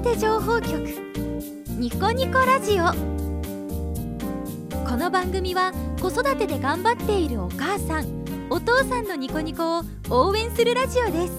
て情報局ニコニコラジオ。この番組は子育てで頑張っているお母さんお父さんのニコニコを応援するラジオです。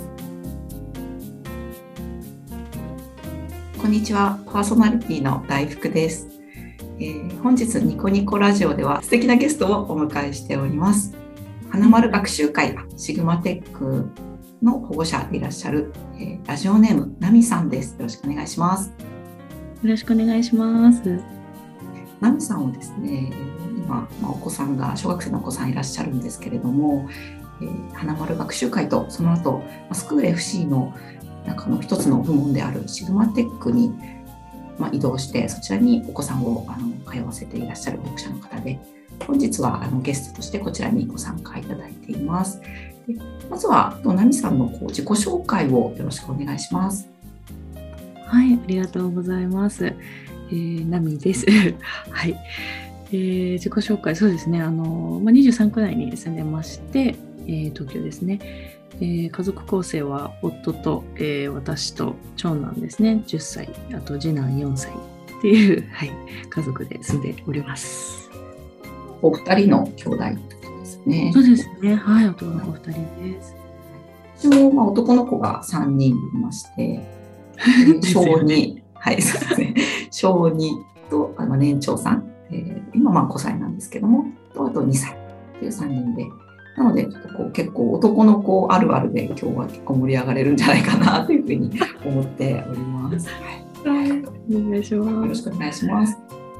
こんにちは、パーソナリティの大福です。本日ニコニコラジオでは素敵なゲストをお迎えしております。花丸学習会シグマテックの保護者でいらっしゃる、ラジオネームナミさんです。よろしくお願いします。 よろしくお願いします。 ナミさんはですね、今、お子さんが小学生のお子さんいらっしゃるんですけれども、花丸学習会とその後スクール FC の中の一つの部門であるシグマテックに、移動してそちらにお子さんを通わせていらっしゃる保護者の方で、本日はゲストとしてこちらにご参加いただいています。でまずはナミさんの自己紹介をよろしくお願いします。 はい、ありがとうございます。ナミです。はい、自己紹介、そうですね。23区内に住んでまして、東京ですね。家族構成は夫と、私と長男ですね。10歳、あと次男4歳っていう、家族で住んでおります。 お二人の兄弟ですね。 そうですね。はい、男の子2人です。 私も、男の子が3人いまして、小2、はい、そうですね。小2と年長さん、今5歳なんですけども、あと2歳という3人で、なのでちょっと結構男の子あるあるで今日は結構盛り上がれるんじゃないかなというふうに思っております。 はい、お願いします。 よろしくお願いします。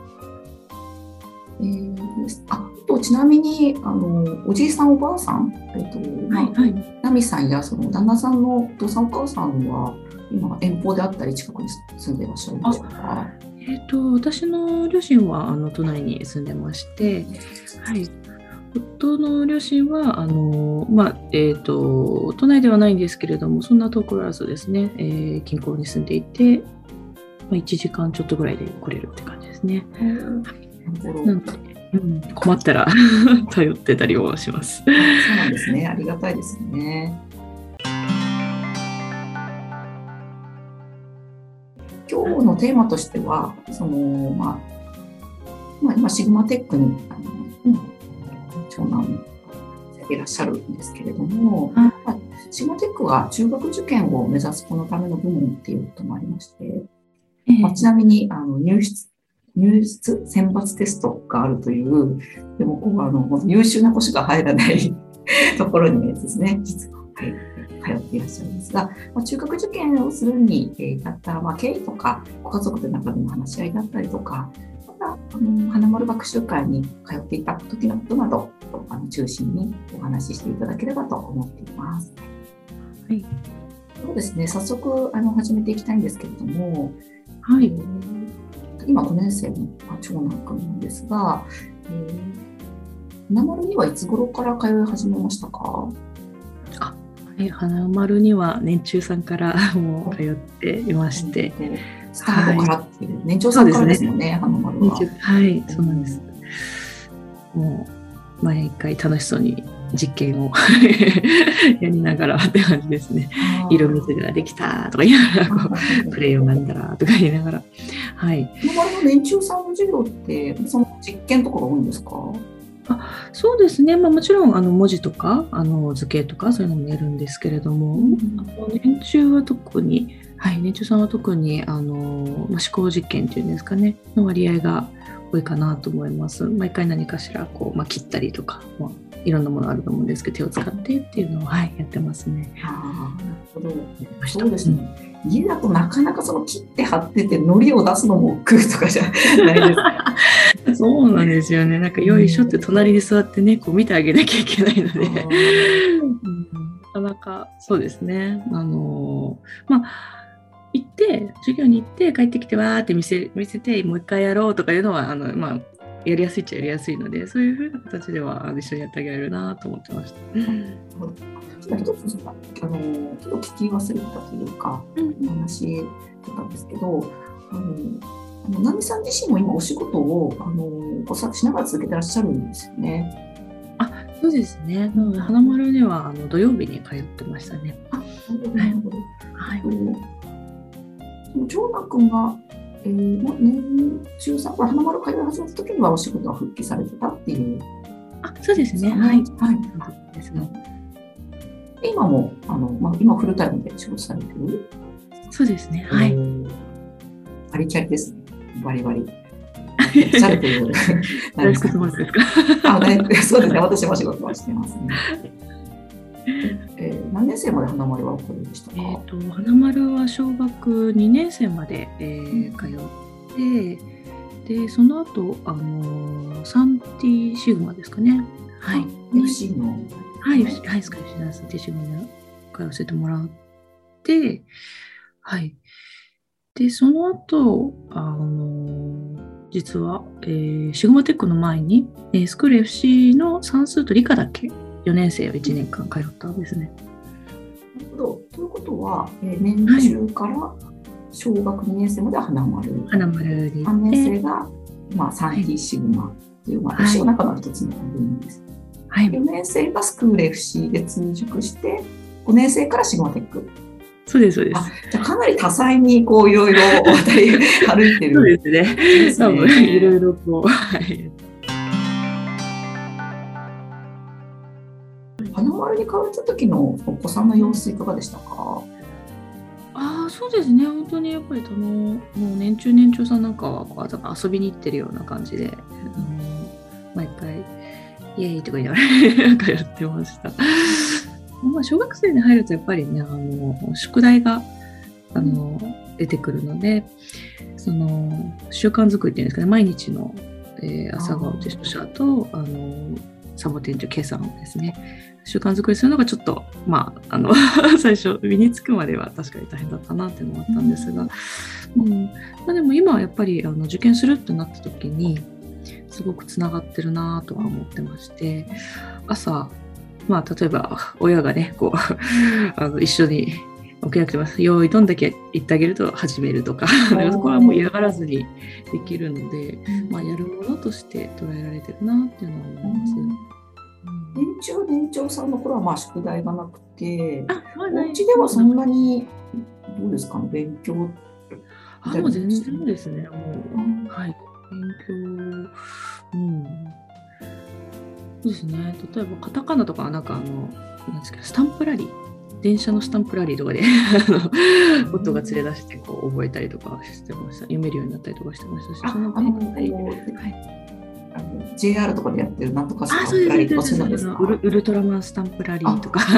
ちなみにおじいさんおばあさん、ナミさんやその旦那さんのお父さんお母さんは今遠方であったり近くに住んでいらっしゃるんでしょうか？ 私の両親は都内に住んでまして、はい、夫の両親は都内ではないんですけれども、そんな遠くあらずですね、近郊に住んでいて、1時間ちょっとぐらいで来れるって感じですね。なので、困ったら頼ってたりをします。 そうなんですね。ありがたいですね。今日のテーマとしては、今シグマテックに長男いらっしゃるんですけれども、シグマテックは中学受験を目指す子のための部門っていうこともありまして、ちなみに入室選抜テストがあるという、でも優秀な子しか入らないところにですね、実は通っていらっしゃるんですが、中学受験をするに至った、経緯とか、ご家族の中での話し合いだったりとか、また花丸学習会に通っていた時のことなどを中心にお話ししていただければと思っています。 はい。 そうですね、早速始めていきたいんですけれども、 はい。 今5年生の長男くんなんですが、花丸にはいつ頃から通い始めましたか？ 花丸には年中さんからもう通っていまして、 スタートからっていう、年長さんからですもんね、花丸は。 はい、そうなんです。もう毎回楽しそうに実験をやりながらって感じですね。色水ができたとか言いながら、クレヨンなんだらとか言いながら。はい。 花丸の年中さんの授業ってその実験とかが多いんですか？ そうですね、もちろん文字とか図形とかそういうのもやるんですけれども、年中は特に、年中さんは特に思考実験っていうんですかねの割合が多いかなと思います。毎回何かしら切ったりとか、いろんなものあると思うんですけど手を使ってっていうのを、やってますね。 なるほど。そうですね。家だとなかなか切って貼ってて糊を出すのも億劫とかじゃないですか。 そうなんですよね。よいしょって隣に座ってね、見てあげなきゃいけないので、なかなかそうですね。授業に行って帰ってきてわーって見せてもう一回やろうとかいうのはやりやすいっちゃやりやすいので、そういう風な形では一緒にやってあげられるなと思ってました。 一つちょっと聞き忘れたというか、お話だったんですけど、ナミさん自身も今お仕事をしながら続けてらっしゃるんですよね。 そうですね。なので花丸では土曜日に通ってましたね。 なるほど。 長男君が、年中さんから花丸通い始めた時にはお仕事は復帰されてたっていう。 そうですね。はい。はいですね。 今も今フルタイムで仕事されてる？ そうですね。はい。 バリキャリですね。バリバリ。されてる。 大福友達ですか？ そうですね。私も仕事はしてますね。何年生まで花丸はおこれでしたか？ 花丸は小学2年生まで、通って、でその後サンティシグマですかね。はい。 FC の。 はい、スカイシナサンティシグマに通わせてもらって、はい。でその後実は、シグマテックの前に、スクール FC の算数と理科だけ4年生を1年間通ったんですね。 なるほど。ということは、年中から小学2年生までは花丸に3年生が、サンティシグマという、FC の中の一つの部分です。はい、4年生がスクール FC で追熟して、5年生からシグマテック。 そうです、そうです。 じゃあかなり多彩にこういろいろ渡り歩いてる。 そうですね。多分いろいろこう。 花丸に通った時のお子さんの様子いかがでしたか？ そうですね。本当にやっぱりもう年中さんなんかはこう遊びに行ってるような感じで、毎回イエーイとか言いながらなんかやってました。小学生に入るとやっぱりね宿題が出てくるので、その習慣作りっていうんですかね、毎日の、朝顔テストシャーとサボテンと計算ですね。習慣作りするのがちょっと最初身につくまでは確かに大変だったなっていうのがあったんですが、でも今はやっぱり受験するってなった時にすごくつながってるなとは思ってまして、朝例えば親がねこう一緒に起きなくても用意どんだけ言ってあげると始めるとかそこはもう嫌がらずにできるので、やるものとして捉えられてるなっていうのは思います。 年長さんの頃は宿題がなくて、お家ではそんなにどうですかね、勉強もう全然ですね。はい、勉強、そうですね。例えばカタカナとかなんですか、スタンプラリー、電車のスタンプラリーとかで音が連れ出してこう覚えたりとかしてました。読めるようになったりとかしてましたし、 JR とかでやってるなんとかスタンプラリーとかそうなんですか？ ウルトラマンスタンプラリーとか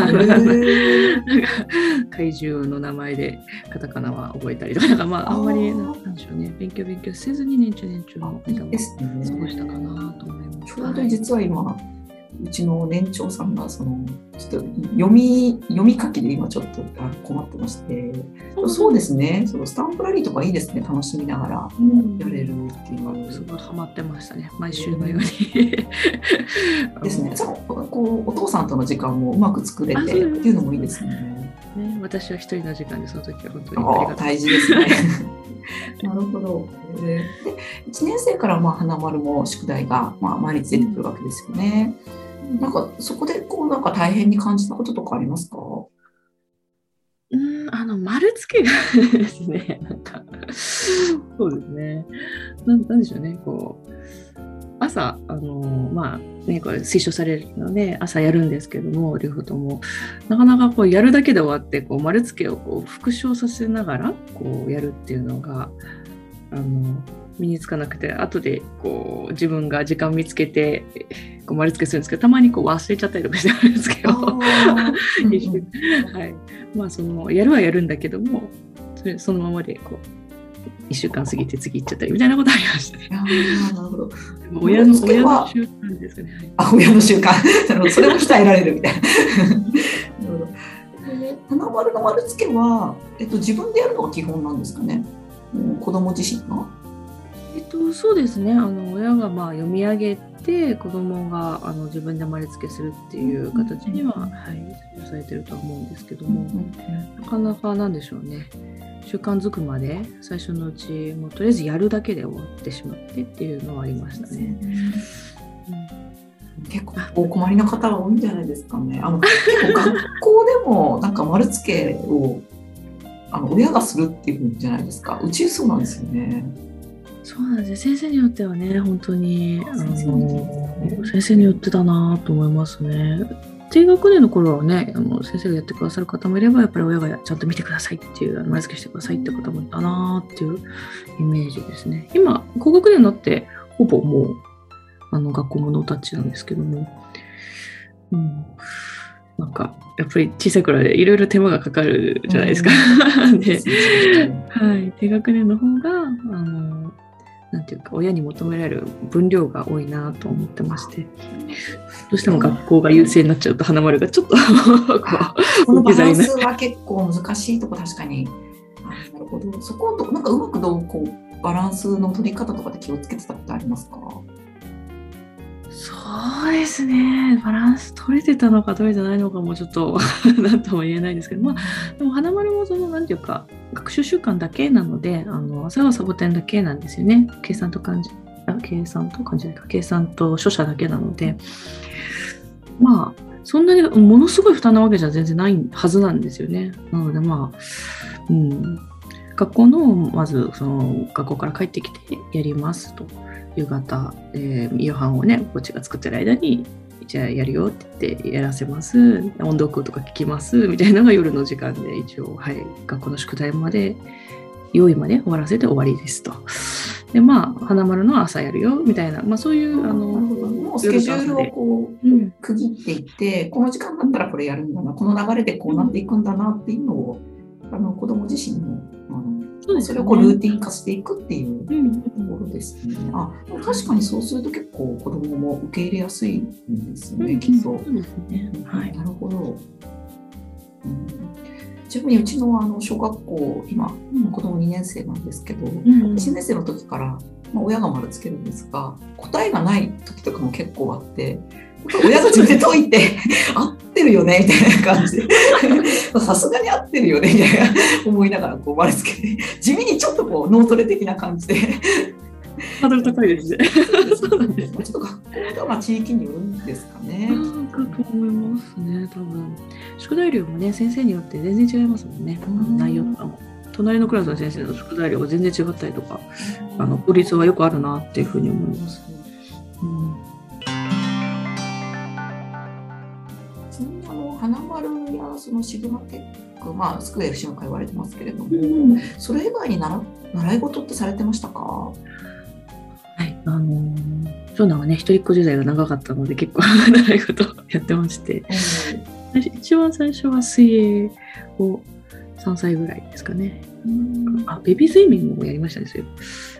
怪獣の名前でカタカナは覚えたりとか、あんまりなんでしょうね、勉強せずに年中の間も過ごしたかなと思います。 ちょうど実は今うちの年長さんがちょっと読み書きで今ちょっと困ってまして、そうですね、スタンプラリーとかいいですね、楽しみながらやれるっていう。 すごいハマってましたね、毎週のようにですね。こうお父さんとの時間もうまく作れてっていうのもいいですね。 私は一人の時間でその時は本当にありがとう。 大事ですね。なるほど。で1年生から花丸も宿題が毎日出てくるわけですよね。なんかそこで大変に感じたこととかありますか？ 丸付けがですね、そうですね。なんでしょうね、こう朝これ推奨されるので朝やるんですけども、両方ともなかなかこうやるだけで終わって丸付けをこう復唱させながらこうやるっていうのが身につかなくて、後でこう自分が時間見つけてこう丸付けするんですけど、たまにこう忘れちゃったりとかして丸付けをはい、やるはやるんだけども、そのままでこう1週間過ぎて次行っちゃったりみたいなことありましたね。 なるほど。 親の習慣ですかね。 親の習慣。それも鍛えられるみたいな。なるほど。花丸の丸付けは、自分でやるのが基本なんですかね。子供自身が。 そうですね。親が読み上げて子供が自分で丸付けするっていう形には、されてるとは思うんですけども、なかなかなんでしょうね。習慣づくまで最初のうちもうとりあえずやるだけで終わってしまってっていうのはありましたね。 結構お困りの方は多いんじゃないですかね。結構学校でも丸付けを親がするっていうんじゃないですか。うちそうなんですよね。 そうなんですね。先生によってはね、本当に先生によってだなと思いますね。低学年の頃はね、先生がやってくださる方もいれば、やっぱり親がちゃんと見てくださいっていう、前付けしてくださいって方もいたなっていうイメージですね。今、高学年になって、ほぼもう、学校もノータッチなんですけども、なんか、やっぱり小さい頃でいろいろ手間がかかるじゃないですか。で、はい、低学年の方が、なんていうか、親に求められる分量が多いなと思ってまして、どうしても学校が優勢になっちゃうと、花丸がちょっとこのバランスは結構難しいとこ、確かに。なるほど。そこをなんかうまくバランスの取り方とかで気をつけてたことありますか？ そうですね。バランス取れてたのか取れてないのかもちょっと何とも言えないですけど、でも花丸もなんていうか、学習習慣だけなので、朝はサボテンだけなんですよね。計算と書写だけなので、そんなにものすごい負担なわけじゃ全然ないはずなんですよね。なので学校のまず学校から帰ってきてやりますと。夕方、夕飯をね、こっちが作ってる間に、じゃあやるよって言ってやらせます。音読とか聞きますみたいなのが夜の時間で一応、学校の宿題まで、用意まで終わらせて終わりですと。で、花丸の朝やるよみたいな、そういう、 もうスケジュールを区切っていって、この時間だったらこれやるんだな、この流れでこうなっていくんだなっていうのを、子供自身も、それをルーティン化していくっていうところですね。確かにそうすると結構子供も受け入れやすいんですよね、きっと。なるほど。ちなみにうちの小学校、今子供2年生なんですけど、1年生の時から親が丸つけるんですが、答えがない時とかも結構あって、親たちで解いて合ってるよねみたいな感じでさすがに合ってるよねみたいな思いながら丸つけて、地味にちょっと脳トレ的な感じでハードル高いですね。 そうなんです。ちょっと学校が地域によるんですかね。 だと思いますね、多分。宿題量もね、先生によって全然違いますもんね。内容とかも。隣のクラスの先生の宿題量が全然違ったりとか、効率はよくあるなっていうふうに思います。 ちなみに花丸やシグマテック、スクエア FC の会言われてますけれども、それ以外に習い事ってされてましたか？ はい、長男はね、一人っ子時代が長かったので結構習い事やってまして、一番最初は水泳を3歳ぐらいですかね。ベビースイミングもやりましたね、そういう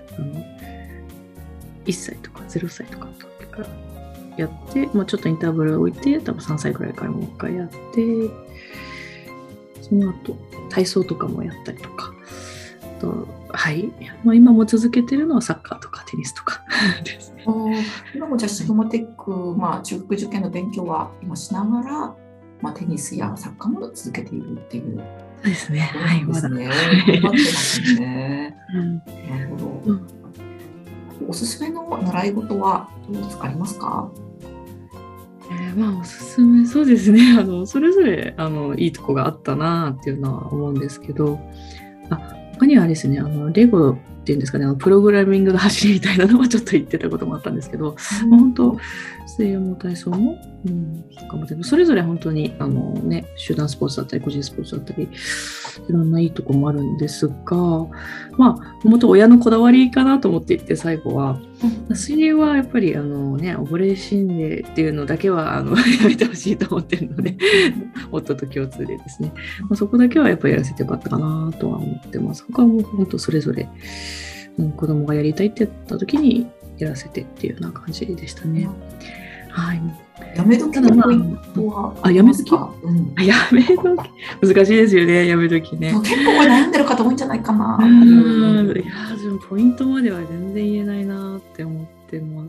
1歳とか0歳とかの時からやって、ちょっとインターバルを置いて、多分3歳ぐらいからもう一回やって、その後体操とかもやったりとか、今も続けてるのはサッカーとかテニスとかですね。 今もじゃあシグマテック、中学受験の勉強は今しながら、テニスやサッカーも続けているっていう。 そうですね。 まだ。頑張ってますね。なるほど。おすすめの習い事はどうですか？ありますか？ おすすめ、そうですね。それぞれいいとこがあったなっていうのは思うんですけど、他にはですね、レゴっていうんですかね、プログラミングの走りみたいなのはちょっと言ってたこともあったんですけど、本当水泳も体操も、それぞれ本当に集団スポーツだったり個人スポーツだったりいろんないいとこもあるんですが、本当親のこだわりかなと思っていて、最後は水泳はやっぱり溺れ死んでっていうのだけはやめてほしいと思ってるので夫と共通でですね、そこだけはやっぱりやらせてよかったかなとは思ってます。他はもう本当それぞれ子供がやりたいって言った時にやらせてっていうような感じでしたね。 やめ時のポイントはやめ時？やめ時難しいですよね、やめ時ね。 結構悩んでる方多いんじゃないかな。 でもポイントまでは全然言えないなって思ってます。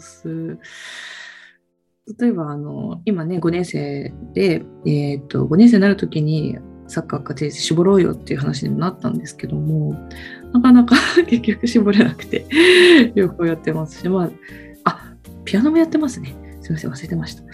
例えば今ね5年生で、5年生になる時にサッカーかテニス絞ろうよっていう話にもなったんですけども、なかなか結局絞れなくて両方やってますし、ピアノもやってますね。 すみません、忘れてました。 な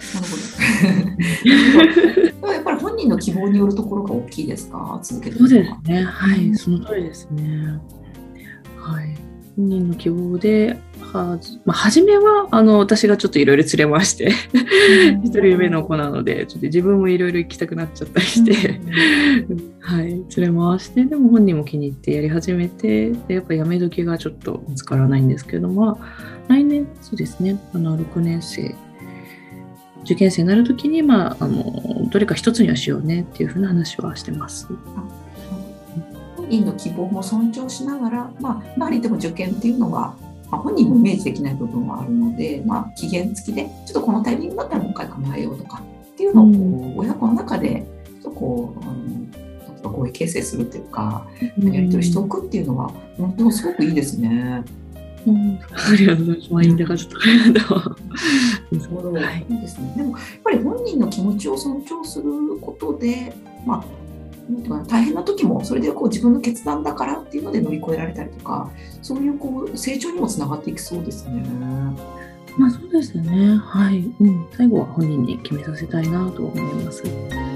るほど。やっぱり本人の希望によるところが大きいですか、続けるのは。 そうですね。はい、その通りですね。はい。本人の希望で、初めは私がちょっといろいろ連れ回して一人目の子なのでちょっと自分もいろいろ行きたくなっちゃったりしてはい、連れ回して、でも本人も気に入ってやり始めて、でやっぱやめ時がちょっと見つからないんですけども、来年そうですね、6年生受験生になるときに、どれか一つにはしようねっていうふうな話はしてます。 本人の希望も尊重しながら、周りでも受験っていうのは、本人もイメージできない部分はあるので、期限付きでちょっとこのタイミングだったらもう一回考えようとかっていうのを親子の中でちょっと合意形成するというか、やり取りしておくっていうのは本当にすごくいいですね。 ありがとうございます。いいんだからちょっとはいいいですね。でもやっぱり本人の気持ちを尊重することで、大変な時もそれで自分の決断だからっていうので乗り越えられたりとか、そういう成長にもつながっていきそうですね。 そうですよね。はい、最後は本人に決めさせたいなと思います。